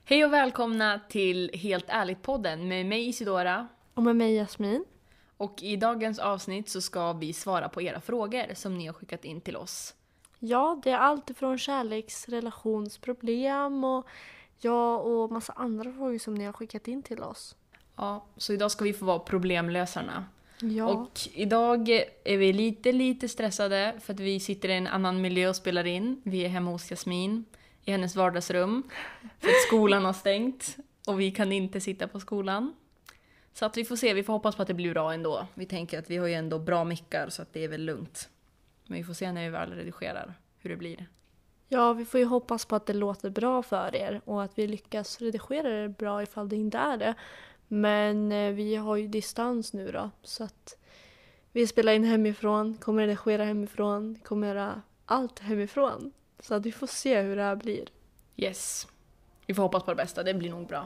Hej och välkomna till Helt ärligt-podden med mig Isidora. Och med mig Jasmin. Och i dagens avsnitt så ska vi svara på era frågor som ni har skickat in till oss. Ja, det är allt ifrån kärleksrelationsproblem och massa andra frågor som ni har skickat in till oss. Ja, så idag ska vi få vara problemlösarna. Ja, Och idag är vi lite stressade för att vi sitter i en annan miljö och spelar in. Vi är hemma hos Jasmin i hennes vardagsrum för att skolan har stängt och vi kan inte sitta på skolan. Så att vi får se, vi får hoppas på att det blir bra ändå. Vi tänker att vi har ju ändå bra mickar så att det är väl lugnt. Men vi får se när vi väl redigerar hur det blir. ja, vi får ju hoppas på att det låter bra för er och att vi lyckas redigera det bra ifall det inte är det. Men vi har ju distans nu då, så att vi spelar in hemifrån, kommer redigera hemifrån, kommer göra allt hemifrån. Så att vi får se hur det här blir. Yes. Vi får hoppas på det bästa, det blir nog bra.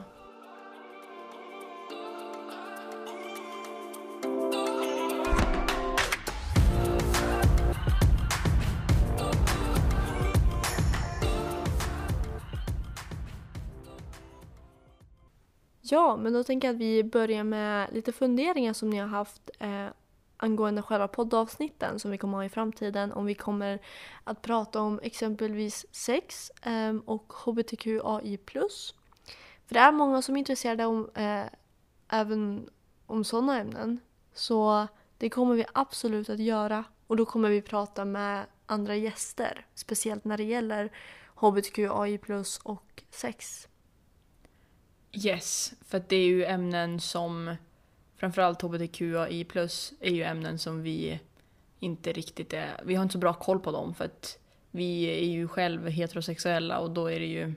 Ja, men då tänker jag att vi börjar med lite funderingar som ni har haft angående själva poddavsnitten som vi kommer ha i framtiden. Om vi kommer att prata om exempelvis sex och hbtqai+. För det är många som är intresserade om även om sådana ämnen. Så det kommer vi absolut att göra. Och då kommer vi prata med andra gäster. Speciellt när det gäller hbtqai+ och sex. Yes, för att det är ju ämnen som, framförallt hbtqai+, är ju ämnen som vi inte riktigt är, vi har inte så bra koll på dem för att vi är ju själv heterosexuella och då är det ju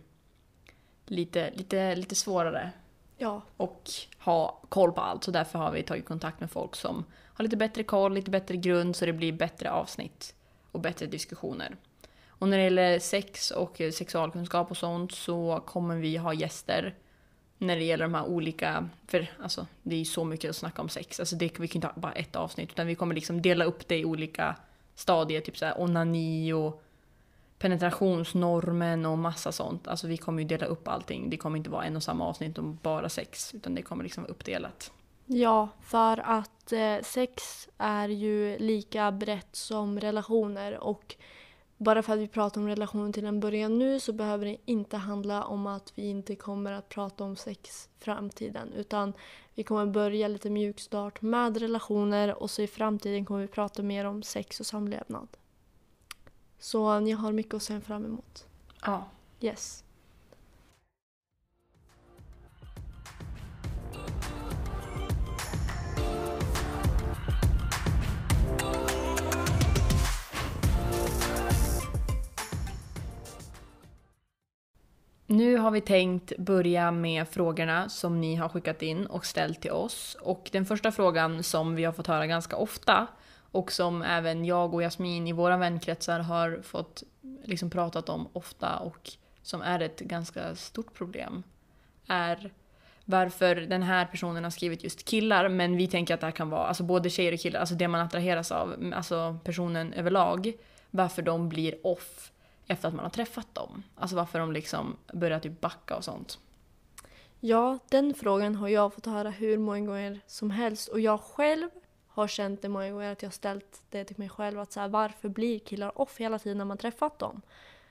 lite svårare Ja. och ha koll på allt. Så därför har vi tagit kontakt med folk som har lite bättre koll, lite bättre grund så det blir bättre avsnitt och bättre diskussioner. Och när det gäller sex och sexualkunskap och sånt så kommer vi ha gäster när det gäller de här olika, för alltså det är ju så mycket att snacka om sex. Alltså vi kan inte ha bara ett avsnitt utan vi kommer liksom dela upp det i olika stadier, typ så här onani och penetrationsnormen och massa sånt. Alltså vi kommer ju dela upp allting. Det kommer inte vara en och samma avsnitt om bara sex utan det kommer liksom uppdelat. Ja, för att sex är ju lika brett som relationer och bara för att vi pratar om relationer till en början nu så behöver det inte handla om att vi inte kommer att prata om sex i framtiden utan vi kommer börja lite mjukstart med relationer och så i framtiden kommer vi prata mer om sex och samlevnad. Så ni har mycket att se fram emot. Ja. Yes. Nu har vi tänkt börja med frågorna som ni har skickat in och ställt till oss. Och den första frågan som vi har fått höra ganska ofta och som även jag och Jasmin i våra vänkretsar har fått liksom pratat om ofta och som är ett ganska stort problem är varför den här personen har skrivit just killar, men vi tänker att det här kan vara alltså både tjejer och killar, alltså det man attraheras av, alltså personen överlag, varför de blir off efter att man har träffat dem. Alltså varför de liksom börjar typ backa och sånt. Ja, den frågan har jag fått höra hur många gånger som helst. Och jag själv har känt det många gånger att jag ställt det till mig själv. Att så här, varför blir killar off hela tiden när man träffat dem?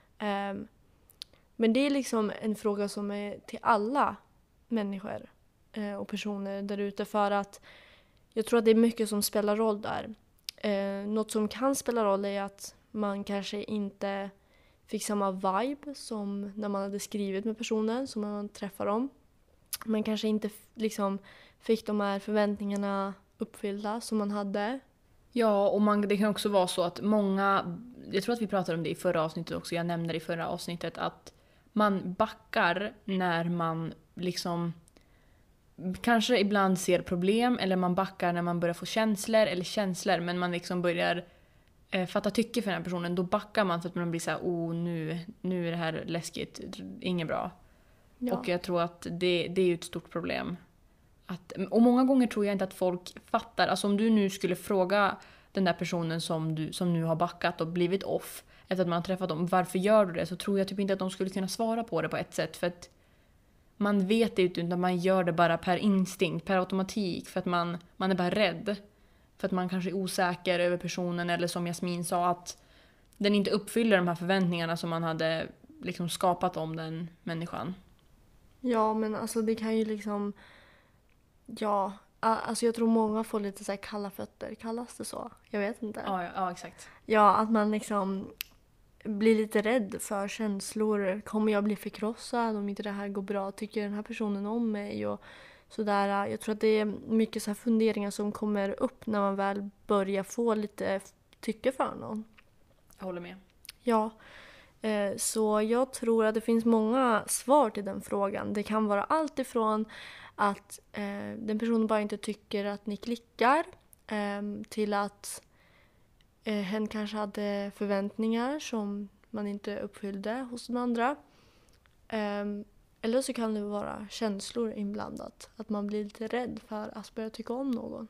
Men det är liksom en fråga som är till alla människor och personer där ute. För att jag tror att det är mycket som spelar roll där. Något som kan spela roll är att man kanske inte fick samma vibe som när man hade skrivit med personen som man träffar dem. Man kanske inte liksom fick de här förväntningarna uppfyllda som man hade. Ja, och det kan också vara så att många, jag tror att vi pratade om det i förra avsnittet också, jag nämnde det i förra avsnittet, att man backar när man liksom kanske ibland ser problem, eller man backar när man börjar få känslor, men man liksom börjar fatta tycke för den här personen, då backar man för att man blir så här, nu är det här läskigt, inget bra. Ja. Och jag tror att det är ju ett stort problem. Och många gånger tror jag inte att folk fattar, alltså om du nu skulle fråga den där personen som nu har backat och blivit off efter att man har träffat dem, varför gör du det? Så tror jag typ inte att de skulle kunna svara på det på ett sätt, för att man vet det inte, utan man gör det bara per instinkt, per automatik, för att man är bara rädd. För att man kanske är osäker över personen, eller som Jasmin sa, att den inte uppfyller de här förväntningarna som man hade liksom skapat om den människan. Ja, men alltså det kan ju liksom... Ja, alltså jag tror många får lite så här kalla fötter. Kallas det så? Jag vet inte. Ja, exakt. Ja, att man liksom blir lite rädd för känslor. Kommer jag bli förkrossad om inte det här går bra? Tycker den här personen om mig? Och sådär. Jag tror att det är mycket så här funderingar som kommer upp när man väl börjar få lite tycke för någon. Jag håller med. Ja, så jag tror att det finns många svar till den frågan. Det kan vara allt ifrån att den personen bara inte tycker att ni klickar till att hen kanske hade förväntningar som man inte uppfyllde hos den andra. Eller så kan det vara känslor inblandat. Att man blir lite rädd för att börja tycka om någon.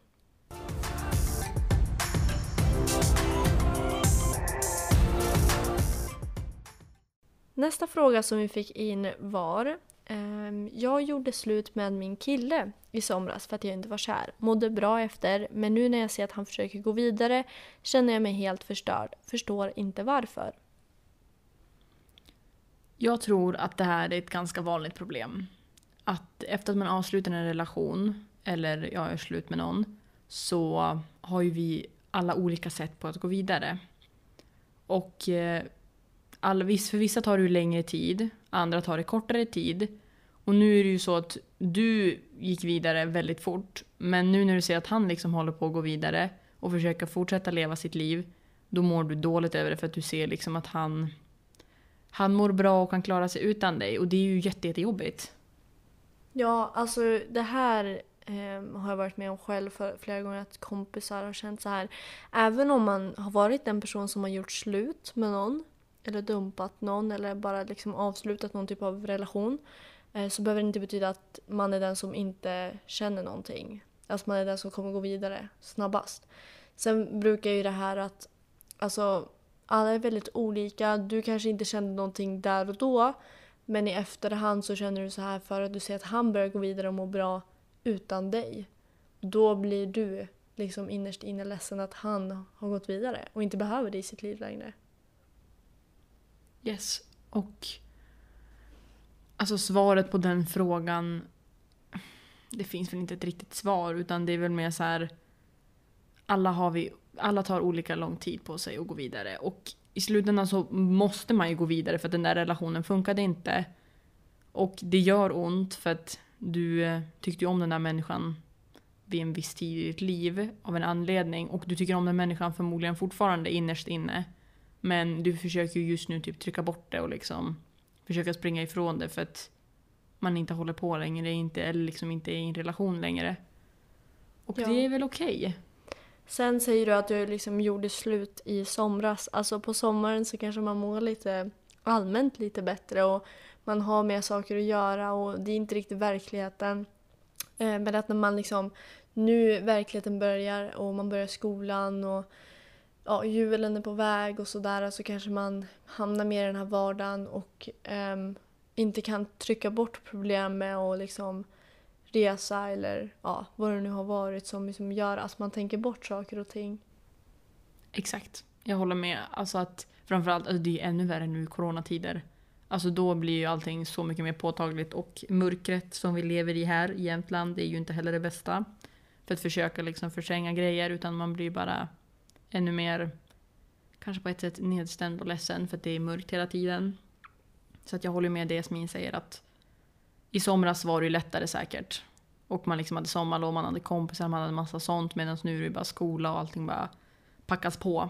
Nästa fråga som vi fick in var: jag gjorde slut med min kille i somras för att jag inte var kär. Mådde bra efter, men nu när jag ser att han försöker gå vidare känner jag mig helt förstörd. Förstår inte varför. Jag tror att det här är ett ganska vanligt problem. Att efter att man avslutar en relation, eller jag är slut med någon, så har ju vi alla olika sätt på att gå vidare. Och för vissa tar det ju längre tid, andra tar det kortare tid. Och nu är det ju så att du gick vidare väldigt fort, men nu när du ser att han liksom håller på att gå vidare och försöka fortsätta leva sitt liv, då mår du dåligt över det, för att du ser liksom att han mår bra och kan klara sig utan dig. Och det är ju jättejobbigt. Ja, alltså det här har jag varit med om själv flera gånger, att kompisar har känt så här. Även om man har varit den person som har gjort slut med någon, eller dumpat någon, eller bara liksom avslutat någon typ av relation, så behöver det inte betyda att man är den som inte känner någonting. Alltså man är den som kommer gå vidare snabbast. Sen brukar ju det här att alltså, alla är väldigt olika. Du kanske inte kände någonting där och då, men i efterhand så känner du så här för att du ser att han börjar gå vidare och må bra utan dig. Då blir du liksom innerst inne ledsen att han har gått vidare och inte behöver dig i sitt liv längre. Yes, och alltså svaret på den frågan, det finns väl inte ett riktigt svar, utan det är väl mer så här, alla tar olika lång tid på sig att gå vidare, och i slutändan så måste man ju gå vidare för att den där relationen funkade inte, och det gör ont för att du tyckte om den där människan vid en viss tid i ditt liv av en anledning, och du tycker om den människan förmodligen fortfarande innerst inne, men du försöker ju just nu typ trycka bort det och liksom försöka springa ifrån det för att man inte håller på längre, eller liksom inte är i en relation längre. Och ja. Det är väl okej. Sen säger du att du liksom gjorde slut i somras. Alltså på sommaren så kanske man mår lite allmänt lite bättre och man har mer saker att göra och det är inte riktigt verkligheten. Men att när man liksom, nu verkligheten börjar och man börjar skolan och ja, julen är på väg och sådär, så kanske man hamnar mer i den här vardagen och inte kan trycka bort problem med att liksom resa eller ja, vad det nu har varit som liksom gör att man tänker bort saker och ting. Exakt, jag håller med. Alltså att framförallt, alltså det är ännu värre nu i coronatider. Alltså då blir ju allting så mycket mer påtagligt, och mörkret som vi lever i här i Jämtland, det är ju inte heller det bästa för att försöka liksom förtränga grejer, utan man blir bara ännu mer, kanske på ett sätt, nedstämd och ledsen för att det är mörkt hela tiden. Så att jag håller med det Jasmin säger, att i somras var det ju lättare säkert. Och man liksom hade sommarlov, man hade kompisar, man hade massa sånt, medan nu är det bara skola och allting bara packas på.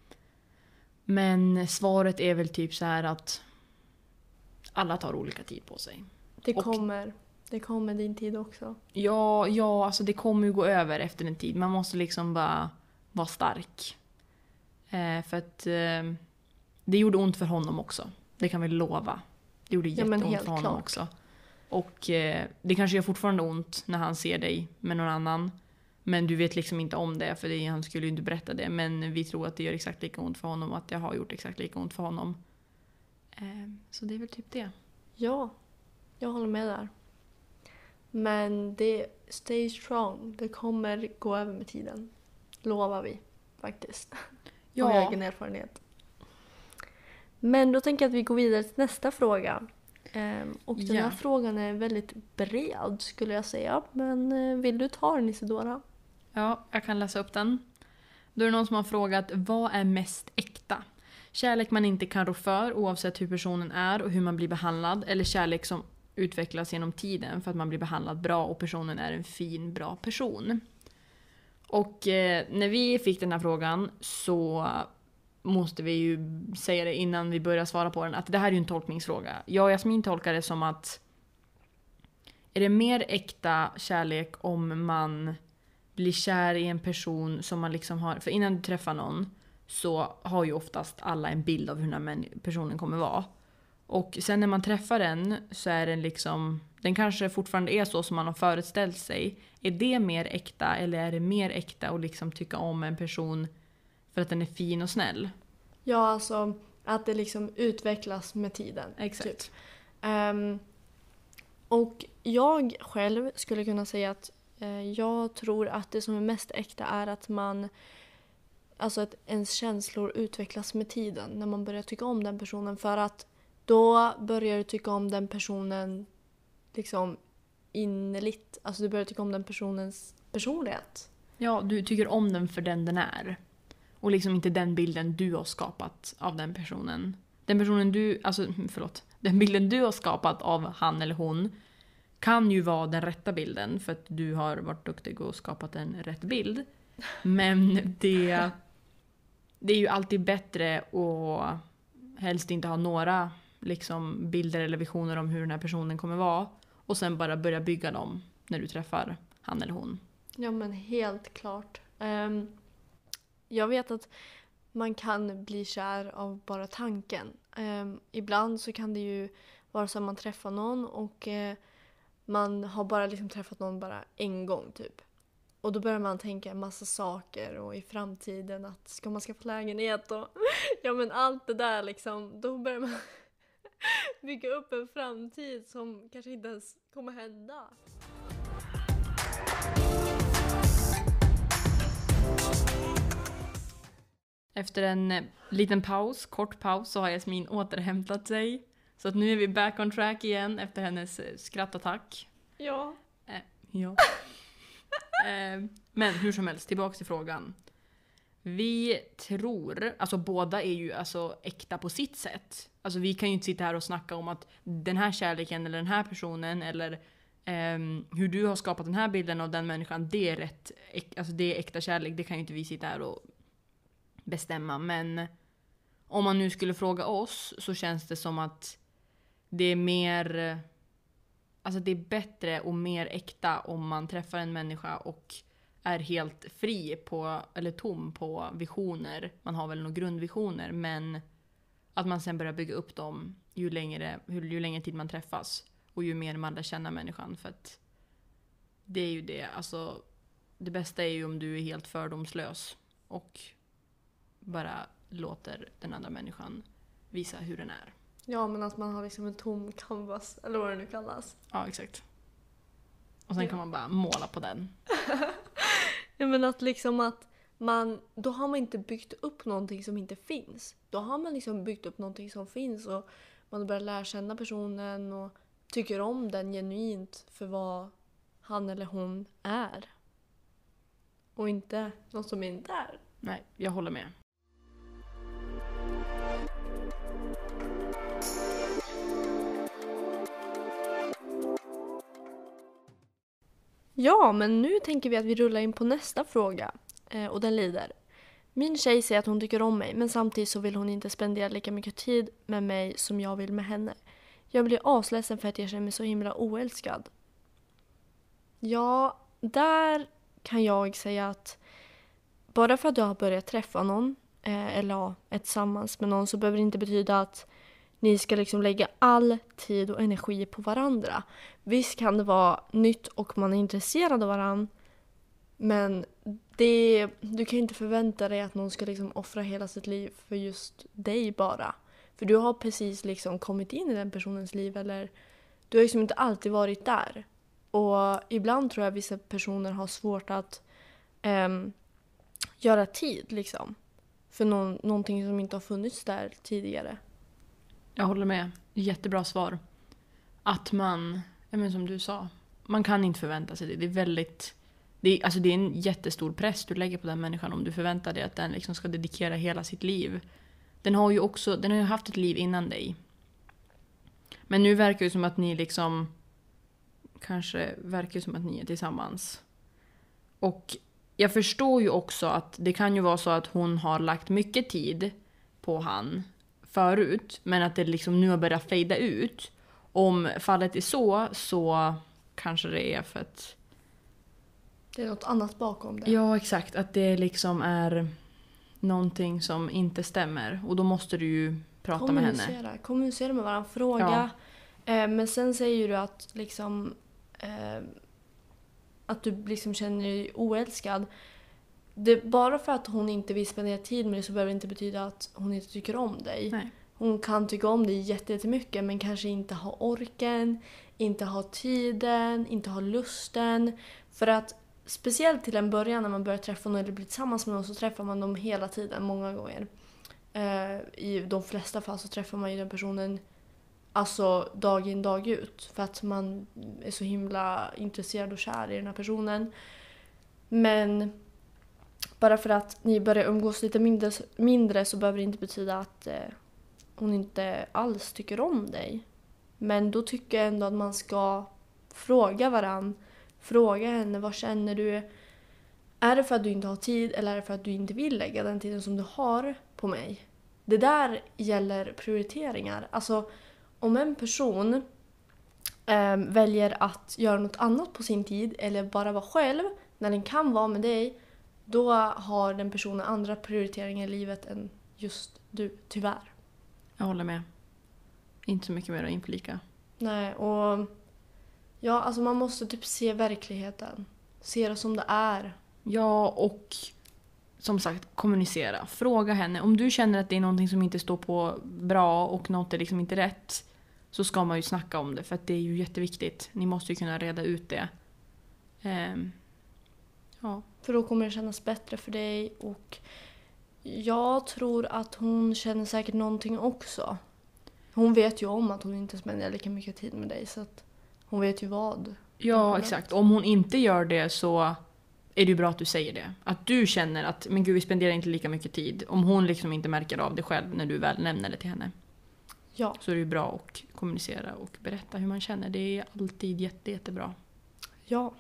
Men svaret är väl typ så här att alla tar olika tid på sig. Det kommer din tid också. Ja, alltså det kommer ju gå över efter en tid. Man måste liksom bara vara stark. För att det gjorde ont för honom också. Det kan vi lova. Det gjorde jätteont för honom klart. Också. Och det kanske gör fortfarande ont när han ser dig med någon annan. Men du vet liksom inte om det, för han skulle ju inte berätta det. Men vi tror att det gör exakt lika ont för honom och att det har gjort exakt lika ont för honom. Så det är väl typ det. Ja, jag håller med där. Men stay strong. Det kommer gå över med tiden. Lovar vi faktiskt. Av egen erfarenhet. Men då tänker jag att vi går vidare till nästa fråga. Och den här frågan är väldigt bred skulle jag säga. Men vill du ta den, Isidora? Ja, jag kan läsa upp den. Då är det någon som har frågat: vad är mest äkta? Kärlek man inte kan rå för oavsett hur personen är och hur man blir behandlad. Eller kärlek som utvecklas genom tiden för att man blir behandlad bra och personen är en fin, bra person. Och när vi fick den här frågan så måste vi ju säga det innan vi börjar svara på den, att det här är ju en tolkningsfråga. Jag och Jasmin tolkar det som att är det mer äkta kärlek om man blir kär i en person som man liksom har, för innan du träffar någon så har ju oftast alla en bild av hur den här personen kommer vara. Och sen när man träffar den så är den liksom, den kanske fortfarande är så som man har föreställt sig. Är det mer äkta eller är det mer äkta att liksom tycka om en person för att den är fin och snäll? Ja, alltså att det liksom utvecklas med tiden. Exakt. Typ. Och jag själv skulle kunna säga att jag tror att det som är mest äkta är att man, alltså att ens känslor utvecklas med tiden när man börjar tycka om den personen, för att då börjar du tycka om den personen liksom innerligt. Alltså du börjar tycka om den personens personlighet. Ja, du tycker om den för den är. Och liksom inte den bilden du har skapat av den personen. Den bilden du har skapat av han eller hon kan ju vara den rätta bilden för att du har varit duktig och skapat en rätt bild. Men det är ju alltid bättre att helst inte ha några liksom bilder eller visioner om hur den här personen kommer vara och sen bara börja bygga dem när du träffar han eller hon. Ja, men helt klart. Jag vet att man kan bli kär av bara tanken. Ibland så kan det ju vara så att man träffar någon och man har bara liksom träffat någon bara en gång typ. Och då börjar man tänka en massa saker och i framtiden att ska man skaffa lägenhet och ja, men allt det där liksom. Då börjar man bygga upp en framtid som kanske inte ens kommer hända. Efter en liten kort paus, så har Jasmin återhämtat sig. Så att nu är vi back on track igen efter hennes skrattattack. Ja. Ja. Men hur som helst, tillbaka till frågan. Vi tror, alltså båda är ju alltså äkta på sitt sätt. Alltså vi kan ju inte sitta här och snacka om att den här kärleken eller den här personen eller hur du har skapat den här bilden av den människan, det är rätt, alltså det är äkta kärlek. Det kan ju inte vi sitta här och bestämma. Men om man nu skulle fråga oss så känns det som att det är mer, alltså det är bättre och mer äkta om man träffar en människa och är helt fri på, eller tom på visioner. Man har väl några grundvisioner, men att man sen börjar bygga upp dem ju längre tid man träffas och ju mer man lär känna människan. För att det är ju det, alltså det bästa är ju om du är helt fördomslös och bara låter den andra människan visa hur den är. Ja, men att man har liksom en tom canvas, eller vad det nu kallas. Ja, exakt. Och sen kan man bara måla på den. Ja, men att liksom att då har man inte byggt upp någonting som inte finns. Då har man liksom byggt upp någonting som finns och man börjar lära känna personen och tycker om den genuint för vad han eller hon är. Och inte något som inte är. Nej, jag håller med. Ja, men nu tänker vi att vi rullar in på nästa fråga. Och den lyder: min tjej säger att hon tycker om mig, men samtidigt så vill hon inte spendera lika mycket tid med mig som jag vill med henne. Jag blir asledsen för att jag känner mig så himla oälskad. Ja, där kan jag säga att bara för att du har börjat träffa någon eller är tillsammans med någon så behöver det inte betyda att ni ska liksom lägga all tid och energi på varandra. Visst kan det vara nytt och man är intresserad av varandra. Men du kan inte förvänta dig att någon ska liksom offra hela sitt liv för just dig bara. För du har precis liksom kommit in i den personens liv. Eller du har liksom inte alltid varit där. Och ibland tror jag vissa personer har svårt att göra tid liksom. För någonting som inte har funnits där tidigare. Jag håller med. Jättebra svar. Att man, men som du sa, man kan inte förvänta sig det. Det är väldigt... Det är en jättestor press du lägger på den människan om du förväntar dig att den liksom ska dedikera hela sitt liv. Den har ju haft ett liv innan dig. Men nu verkar det som att ni liksom... Kanske verkar som att ni är tillsammans. Och jag förstår ju också att det kan ju vara så att hon har lagt mycket tid på han förut. Men att det liksom nu har börjat fejda ut. Om fallet är så kanske det är för att... Det är något annat bakom det. Ja, exakt. Att det liksom är någonting som inte stämmer. Och då måste du ju prata med henne. Kommunicera med varandra. Fråga. Ja. Men sen säger du att liksom... att du liksom känner dig oälskad. Bara för att hon inte vill spendera tid med dig så behöver det inte betyda att hon inte tycker om dig. Nej. Hon kan tycka om dig jättemycket men kanske inte ha orken, inte ha tiden, inte ha lusten. För att speciellt till en början när man börjar träffa någon eller blir tillsammans med någon så träffar man dem hela tiden, många gånger. I de flesta fall så träffar man ju den personen alltså dag in dag ut. För att man är så himla intresserad och kär i den här personen. Men bara för att ni börjar umgås lite mindre så behöver det inte betyda att hon inte alls tycker om dig. Men då tycker jag ändå att man ska fråga varann. Fråga henne, vad känner du? Är det för att du inte har tid eller är det för att du inte vill lägga den tiden som du har på mig? Det där gäller prioriteringar. Alltså om en person väljer att göra något annat på sin tid eller bara vara själv när den kan vara med dig, då har den personen andra prioriteringar i livet än just du, tyvärr. Jag håller med. Inte så mycket mer att inflika. Nej, och ja, alltså man måste typ se verkligheten. Se det som det är. Ja, och som sagt, kommunicera. Fråga henne. Om du känner att det är någonting som inte står på bra och något är liksom inte rätt, så ska man ju snacka om det. För att det är ju jätteviktigt. Ni måste ju kunna reda ut det. Ja. För då kommer det kännas bättre för dig. Och jag tror att hon känner säkert någonting också. Hon vet ju om att hon inte spenderar lika mycket tid med dig. Så att hon vet ju vad. Ja, exakt. Om hon inte gör det så är det ju bra att du säger det. Att du känner att, men gud, vi spenderar inte lika mycket tid. Om hon liksom inte märker av det själv när du väl nämner det till henne. Ja. Så är det ju bra att kommunicera och berätta hur man känner. Det är alltid jättebra. Ja.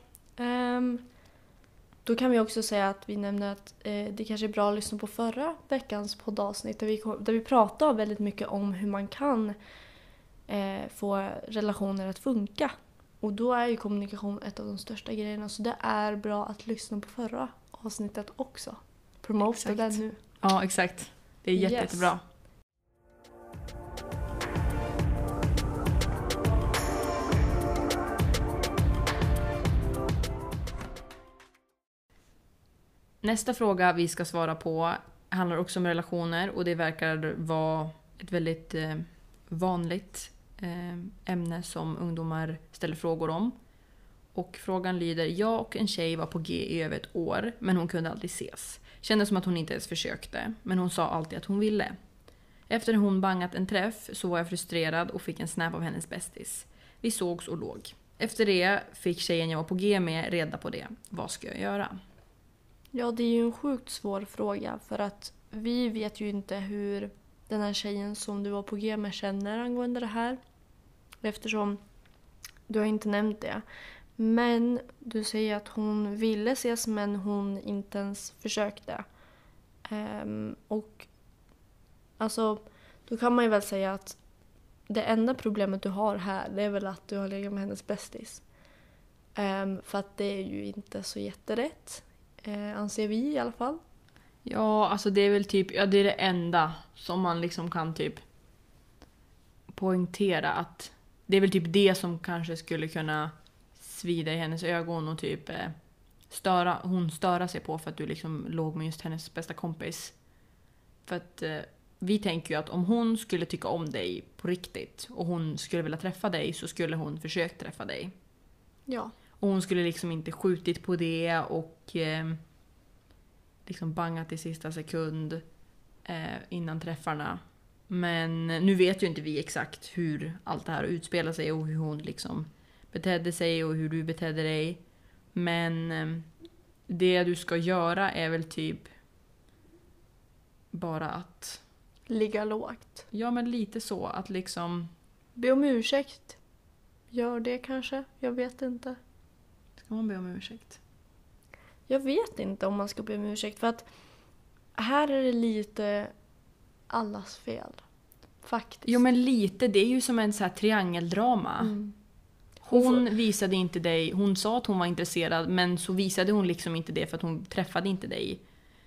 Då kan vi också säga att vi nämnde att det kanske är bra att lyssna på förra veckans poddavsnitt. Där vi pratade väldigt mycket om hur man kan få relationer att funka. Och då är ju kommunikation ett av de största grejerna. Så det är bra att lyssna på förra avsnittet också. Promota den nu. Ja, exakt. Det är jättebra. Nästa fråga vi ska svara på handlar också om relationer. Och det verkar vara ett väldigt vanligt ämne som ungdomar ställer frågor om. Och frågan lyder: jag och en tjej var på G i över ett år, men hon kunde aldrig ses. Kändes som att hon inte ens försökte, men hon sa alltid att hon ville. Efter hon bangat en träff så var jag frustrerad och fick en snap av hennes bästis. Vi sågs och låg. Efter det fick tjejen jag var på G med reda på det. Vad ska jag göra? Ja, det är ju en sjukt svår fråga för att vi vet ju inte hur den här tjejen som du var på G med känner angående det här. Eftersom du har inte nämnt det. Men du säger att hon ville ses men hon inte ens försökte. Och alltså, då kan man ju väl säga att det enda problemet du har här, det är väl att du har legat med hennes bästis. För att det är ju inte så jätterätt. Anser vi i alla fall. Ja, alltså det är väl typ, ja, det är det enda som man liksom kan typ poängtera, att det är väl typ det som kanske skulle kunna svida i hennes ögon och typ störa sig på för att du liksom låg med just hennes bästa kompis. För att vi tänker ju att om hon skulle tycka om dig på riktigt och hon skulle vilja träffa dig, så skulle hon försöka träffa dig. Ja. Och hon skulle liksom inte skjutit på det och liksom bangat i sista sekund innan träffarna. Men nu vet ju inte vi exakt hur allt det här utspelar sig och hur hon liksom betedde sig och hur du betedde dig. Men det du ska göra är väl typ bara att... Ligga lågt. Ja, men lite så. Att liksom... Be om ursäkt. Gör det kanske. Jag vet inte. Ska man be om ursäkt? Jag vet inte om man ska be om ursäkt. För att här är det lite allas fel. Faktiskt. Jo, men lite. Det är ju som en så här triangeldrama. Mm. Hon visade inte dig... Hon sa att hon var intresserad, men så visade hon liksom inte det för att hon träffade inte dig.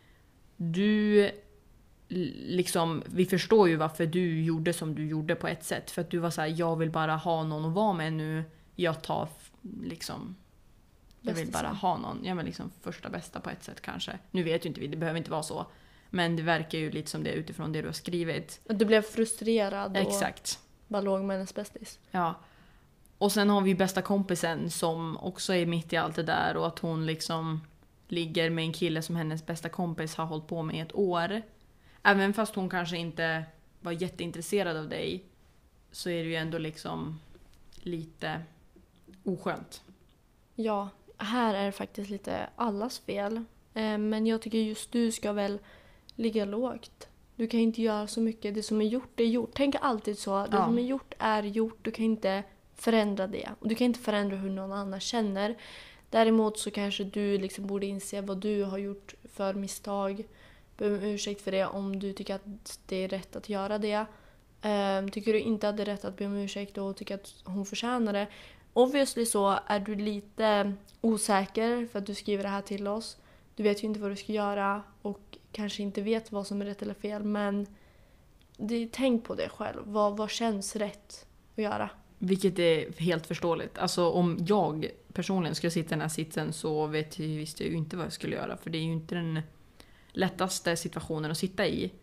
Du... Liksom, vi förstår ju varför du gjorde som du gjorde på ett sätt. För att du var så här, jag vill bara ha någon att vara med nu. Jag tar liksom... Jag vill bara ha någon. Ja, men liksom första bästa på ett sätt kanske. Nu vet ju inte vi, det behöver inte vara så. Men det verkar ju lite som det utifrån det du har skrivit. Du blev frustrerad Exakt. Och bara låg med hennes bästis. Ja. Och sen har vi bästa kompisen som också är mitt i allt det där. Och att hon liksom ligger med en kille som hennes bästa kompis har hållit på med i ett år. Även fast hon kanske inte var jätteintresserad av dig, så är det ju ändå liksom lite oskönt. Ja, här är det faktiskt lite allas fel. Men jag tycker just du ska väl ligga lågt. Du kan inte göra så mycket. Det som är gjort är gjort. Tänk alltid så. Det som är gjort är gjort. Du kan inte förändra det. Och du kan inte förändra hur någon annan känner. Däremot så kanske du liksom borde inse vad du har gjort för misstag. Be om ursäkt för det om du tycker att det är rätt att göra det. Tycker du inte att det är rätt att be om ursäkt och tycker att hon förtjänar det. Obviously så är du lite osäker för att du skriver det här till oss. Du vet ju inte vad du ska göra och kanske inte vet vad som är rätt eller fel. Men tänk på det själv. Vad känns rätt att göra? Vilket är helt förståeligt. Alltså om jag personligen skulle sitta i den här sitsen så visste jag ju inte vad jag skulle göra. För det är ju inte den lättaste situationen att sitta i.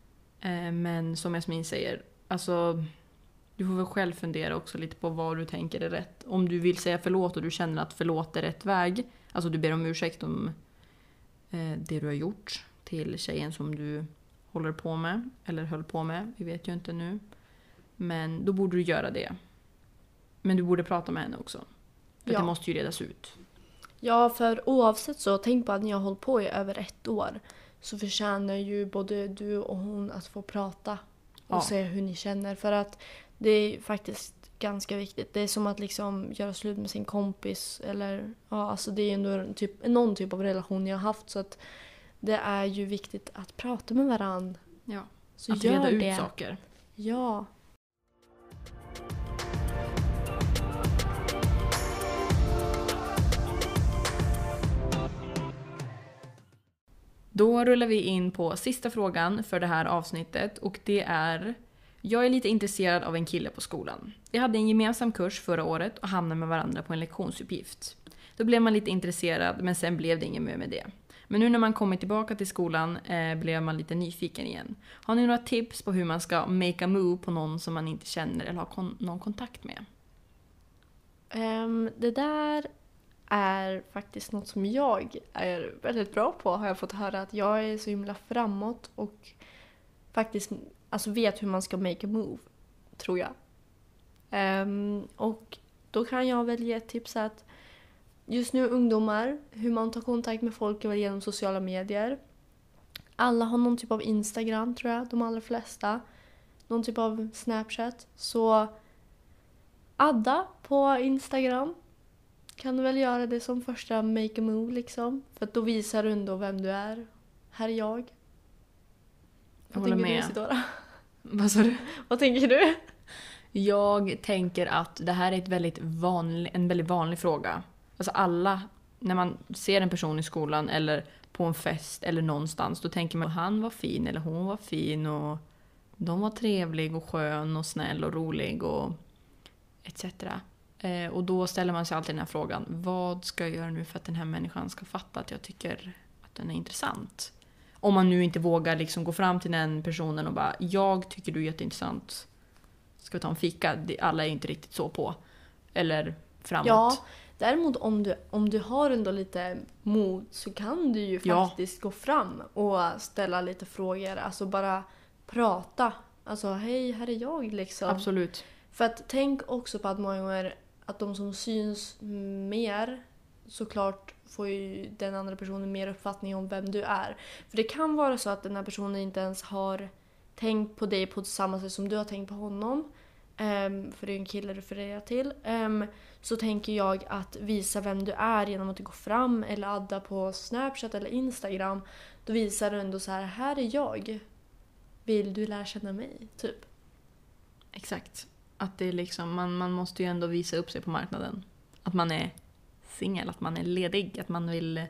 Men som Jasmin säger, alltså du får väl själv fundera också lite på vad du tänker är rätt. Om du vill säga förlåt och du känner att förlåt är rätt väg. Alltså du ber om ursäkt om det du har gjort till tjejen som du håller på med. Eller höll på med, vi vet ju inte nu. Men då borde du göra det. Men du borde prata med henne också. För det måste ju redas ut. Ja, för oavsett så, tänk på att ni har hållit på i över 1 år. Så förtjänar ju både du och hon att få prata. Och se hur ni känner. För att det är faktiskt ganska viktigt. Det är som att liksom göra slut med sin kompis. Eller, ja, alltså det är ändå någon typ av relation jag har haft. Så att det är ju viktigt att prata med varandra. Ja, så att gör reda det. ut saker. Ja. Då rullar vi in på sista frågan för det här avsnittet och det är: jag är lite intresserad av en kille på skolan. Jag hade en gemensam kurs förra året och hamnade med varandra på en lektionsuppgift. Då blev man lite intresserad men sen blev det inget mer med det. Men nu när man kommer tillbaka till skolan blev man lite nyfiken igen. Har ni några tips på hur man ska make a move på någon som man inte känner eller har någon kontakt med? Det där är faktiskt något som jag är väldigt bra på, har jag fått höra. Att jag är så himla framåt och faktiskt alltså vet hur man ska make a move, tror jag. Och då kan jag väl ge ett tips att just nu ungdomar, hur man tar kontakt med folk är väl genom sociala medier. Alla har någon typ av Instagram, tror jag, de allra flesta. Någon typ av Snapchat. Så adda på Instagram. Kan du väl göra det som första make a move liksom. För att då visar du ändå vem du är. Här är jag. Jag håller med. Du, Isidora? Vad sa du? Vad tänker du? Jag tänker att det här är en väldigt vanlig fråga. Alltså alla, när man ser en person i skolan eller på en fest eller någonstans, då tänker man att han var fin eller hon var fin och de var trevlig och skön och snäll och rolig och etc. Och då ställer man sig alltid den här frågan: vad ska jag göra nu för att den här människan ska fatta att jag tycker att den är intressant? Om man nu inte vågar liksom gå fram till den personen och bara: jag tycker du är jätteintressant. Ska vi ta en fika? Alla är inte riktigt så på. Eller framåt. Ja, Däremot om du har ändå lite mod så kan du ju faktiskt gå fram och ställa lite frågor. Alltså bara prata. Alltså hej, här är jag liksom. Absolut. För att tänk också på att många gånger att de som syns mer såklart får ju den andra personen mer uppfattning om vem du är. För det kan vara så att den här personen inte ens har tänkt på dig på samma sätt som du har tänkt på honom. För det är en kille du refererar till. Så tänker jag att visa vem du är genom att gå fram eller adda på Snapchat eller Instagram. Då visar du ändå så här är jag. Vill du lära känna mig? Typ. Exakt. Att det är liksom, man måste ju ändå visa upp sig på marknaden. Att man är singel, att man är ledig, att man vill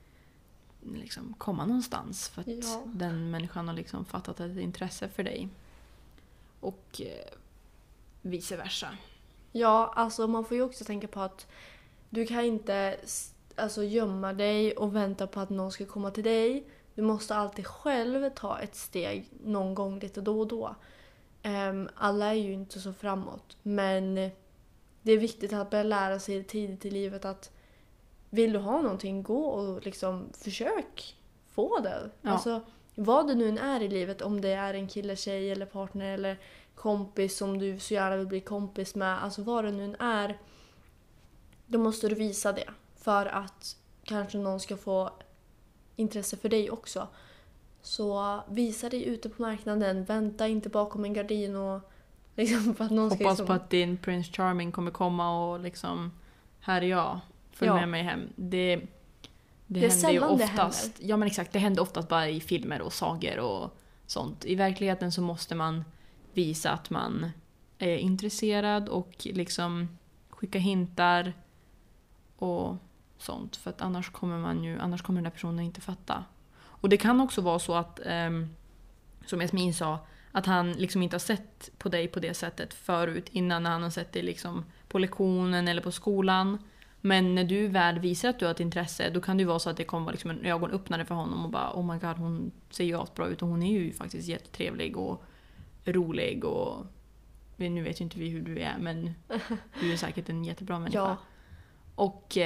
liksom komma någonstans. För att den människan har liksom fattat ett intresse för dig. Och vice versa. Ja, alltså man får ju också tänka på att du kan inte gömma dig och vänta på att någon ska komma till dig. Du måste alltid själv ta ett steg någon gång lite då och då. Alla är ju inte så framåt. Men det är viktigt att börja lära sig tidigt i livet att vill du ha någonting, gå och liksom försök få det. Ja. Alltså vad det nu än är i livet, om det är en kille, tjej eller partner eller kompis som du så gärna vill bli kompis med. Alltså vad det nu än är, då måste du visa det. För att kanske någon ska få intresse för dig också. Så visa dig ute på marknaden. Vänta inte bakom en gardin och liksom för att någon ska hoppas på att din Prince Charming kommer komma och liksom här är jag. Följ med mig hem. Det händer ju oftast. Ja men exakt, det händer oftast bara i filmer och sagor och sånt. I verkligheten så måste man visa att man är intresserad och liksom skicka hintar och sånt. För att annars kommer den där personen inte fatta. Och det kan också vara så att, som Jasmin sa, att han liksom inte har sett på dig på det sättet förut innan han har sett dig liksom på lektionen eller på skolan. Men när du väl visar att du har ett intresse, då kan det ju vara så att det kommer vara liksom en ögonöppnare för honom och bara oh my god, hon ser ju bra ut och hon är ju faktiskt jättetrevlig och rolig och nu vet ju inte vi hur du är, men du är säkert en jättebra människa. Ja. Och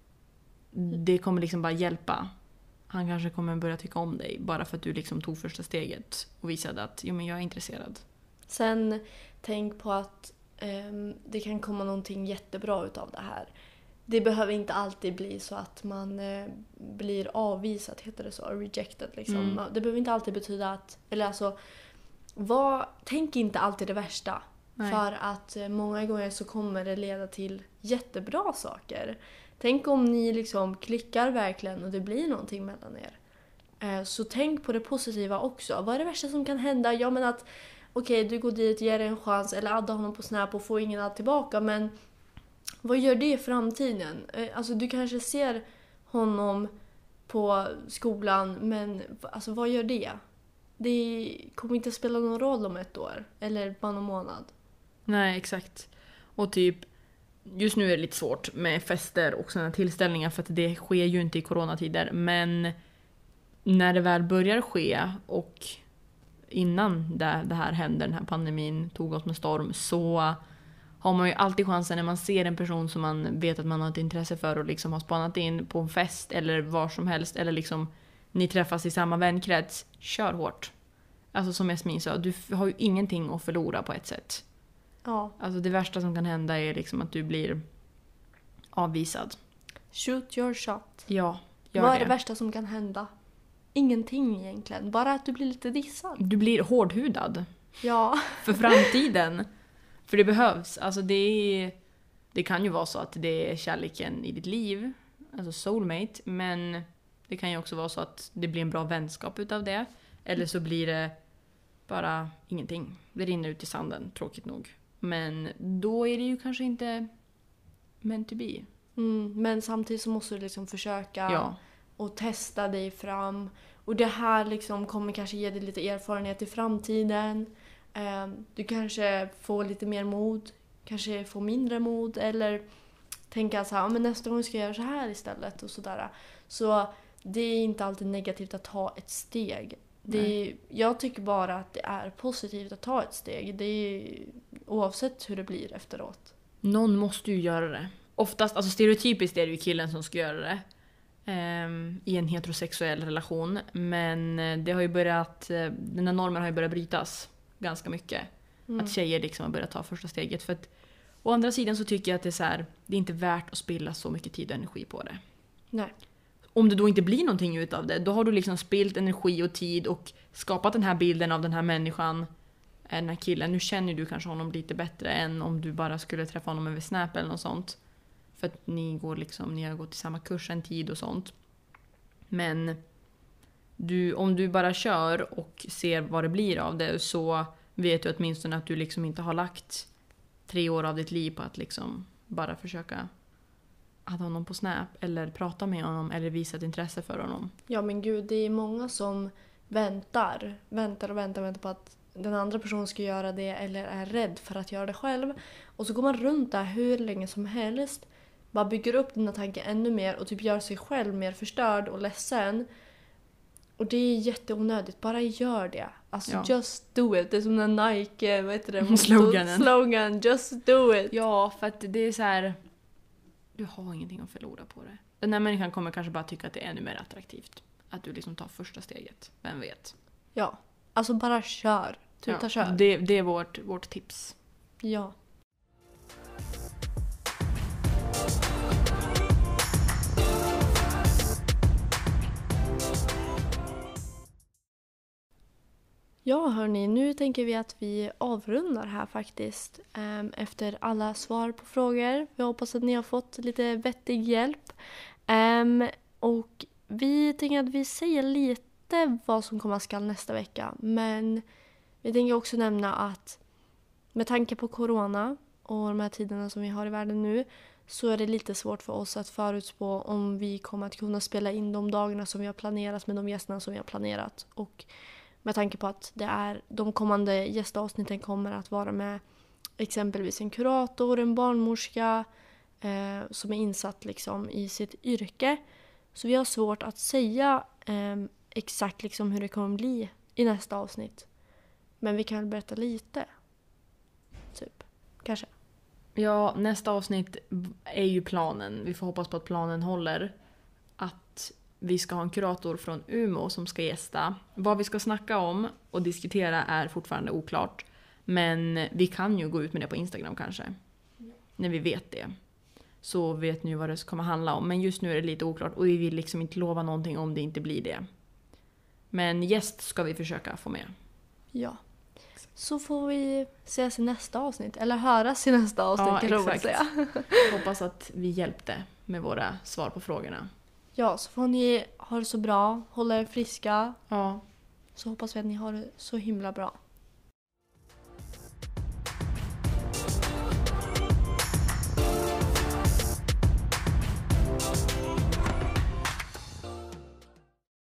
det kommer liksom bara hjälpa. Han kanske kommer börja tycka om dig bara för att du liksom tog första steget och visade att jo, men jag är intresserad. Sen tänk på att det kan komma någonting jättebra utav det här. Det behöver inte alltid bli så att man blir avvisad, heter det så, rejected liksom. Det behöver inte alltid betyda att, eller alltså tänk inte alltid det värsta. Nej. För att många gånger så kommer det leda till jättebra saker. Tänk om ni liksom klickar verkligen och det blir någonting mellan er. Så tänk på det positiva också. Vad är det värsta som kan hända? Ja men att okej, du går dit, ger en chans eller addar honom på Snap och får ingen allt tillbaka. Men vad gör det i framtiden? Alltså du kanske ser honom på skolan, men alltså vad gör det? Det kommer inte spela någon roll om 1 år eller bara någon månad. Nej, exakt. Och typ just nu är det lite svårt med fester och sådana tillställningar för att det sker ju inte i coronatider. Men när det väl börjar ske och innan det här hände, den här pandemin tog oss med storm, så har man ju alltid chansen när man ser en person som man vet att man har ett intresse för och liksom har spanat in på en fest eller var som helst eller liksom ni träffas i samma vänkrets, kör hårt. Alltså som Jasmin sa, du har ju ingenting att förlora på ett sätt. Ja. Alltså det värsta som kan hända är liksom att du blir avvisad. Shoot your shot. Ja, vad är det värsta som kan hända? Ingenting egentligen, bara att du blir lite dissad. Du blir hårdhudad. Ja. För framtiden. För det behövs. Alltså det kan ju vara så att det är kärleken i ditt liv. Alltså soulmate. Men det kan ju också vara så att det blir en bra vänskap utav det. Eller så blir det bara ingenting. Det rinner ut i sanden, tråkigt nog. Men då är det ju kanske inte meant to be. Men samtidigt så måste du liksom försöka och testa dig fram. Och det här liksom kommer kanske ge dig lite erfarenhet i framtiden. Du kanske får lite mer mod, kanske får mindre mod eller tänka så här, men nästa gång ska jag göra så här istället och sådär. Så det är inte alltid negativt att ta ett steg. Jag tycker bara att det är positivt att ta ett steg. Det är, oavsett hur det blir efteråt. Någon måste ju göra det. oftast, alltså stereotypiskt är det ju killen som ska göra det. I en heterosexuell relation. Men det har ju börjat, den här normen har ju börjat brytas ganska mycket. Att tjejer liksom har börjat ta första steget. För att, å andra sidan så tycker jag att det är så här, det är inte värt att spilla så mycket tid och energi på det. Nej. Om det då inte blir någonting utav det, då har du liksom spilt energi och tid och skapat den här bilden av den här människan, den här killen. Nu känner du kanske honom lite bättre än om du bara skulle träffa honom över Snap eller något sånt. För att ni har gått i samma kurs en tid och sånt. Men om du bara kör och ser vad det blir av det, så vet du åtminstone att du liksom inte har lagt 3 år av ditt liv på att liksom bara försöka ha honom på Snap eller prata med honom eller visa ett intresse för honom. Ja men gud, det är många som väntar på att den andra personen ska göra det eller är rädd för att göra det själv. Och så går man runt där hur länge som helst, bara bygger upp dina tankar ännu mer och typ gör sig själv mer förstörd och ledsen. Och det är jätteonödigt, bara gör det. Alltså just do it. Det är som den Nike, vad heter det? Slogan, just do it. Ja, för att det är så här, du har ingenting att förlora på det. Den här människan kommer kanske bara tycka att det är ännu mer attraktivt. Att du liksom tar första steget. Vem vet? Ja, alltså bara kör. Kör. Det är vårt tips. Ja. Ja hörni, nu tänker vi att vi avrundar här faktiskt efter alla svar på frågor. Vi hoppas att ni har fått lite vettig hjälp. Och vi tänker att vi säger lite vad som komma skall nästa vecka. Men vi tänker också nämna att med tanke på corona och de här tiderna som vi har i världen nu, så är det lite svårt för oss att förutspå om vi kommer att kunna spela in de dagarna som vi har planerat med de gästerna som vi har planerat. Och med tanke på att de kommande gästavsnitten kommer att vara med exempelvis en kurator, en barnmorska som är insatt liksom i sitt yrke. Så vi har svårt att säga exakt liksom hur det kommer bli i nästa avsnitt. Men vi kan väl berätta lite. Typ, kanske. Ja, nästa avsnitt är ju planen. Vi får hoppas på att planen håller. Att vi ska ha en kurator från Umeå som ska gästa. Vad vi ska snacka om och diskutera är fortfarande oklart. Men vi kan ju gå ut med det på Instagram kanske. När vi vet det. Så vet ni vad det kommer handla om. Men just nu är det lite oklart och vi vill liksom inte lova någonting om det inte blir det. Men gäst ska vi försöka få med. Ja. Så får vi ses i nästa avsnitt. Eller höras i nästa avsnitt. Ja, exakt. Hoppas att vi hjälpte med våra svar på frågorna. Ja, så får ni ha det så bra. Hålla er friska. Ja. Så hoppas vi att ni har det så himla bra.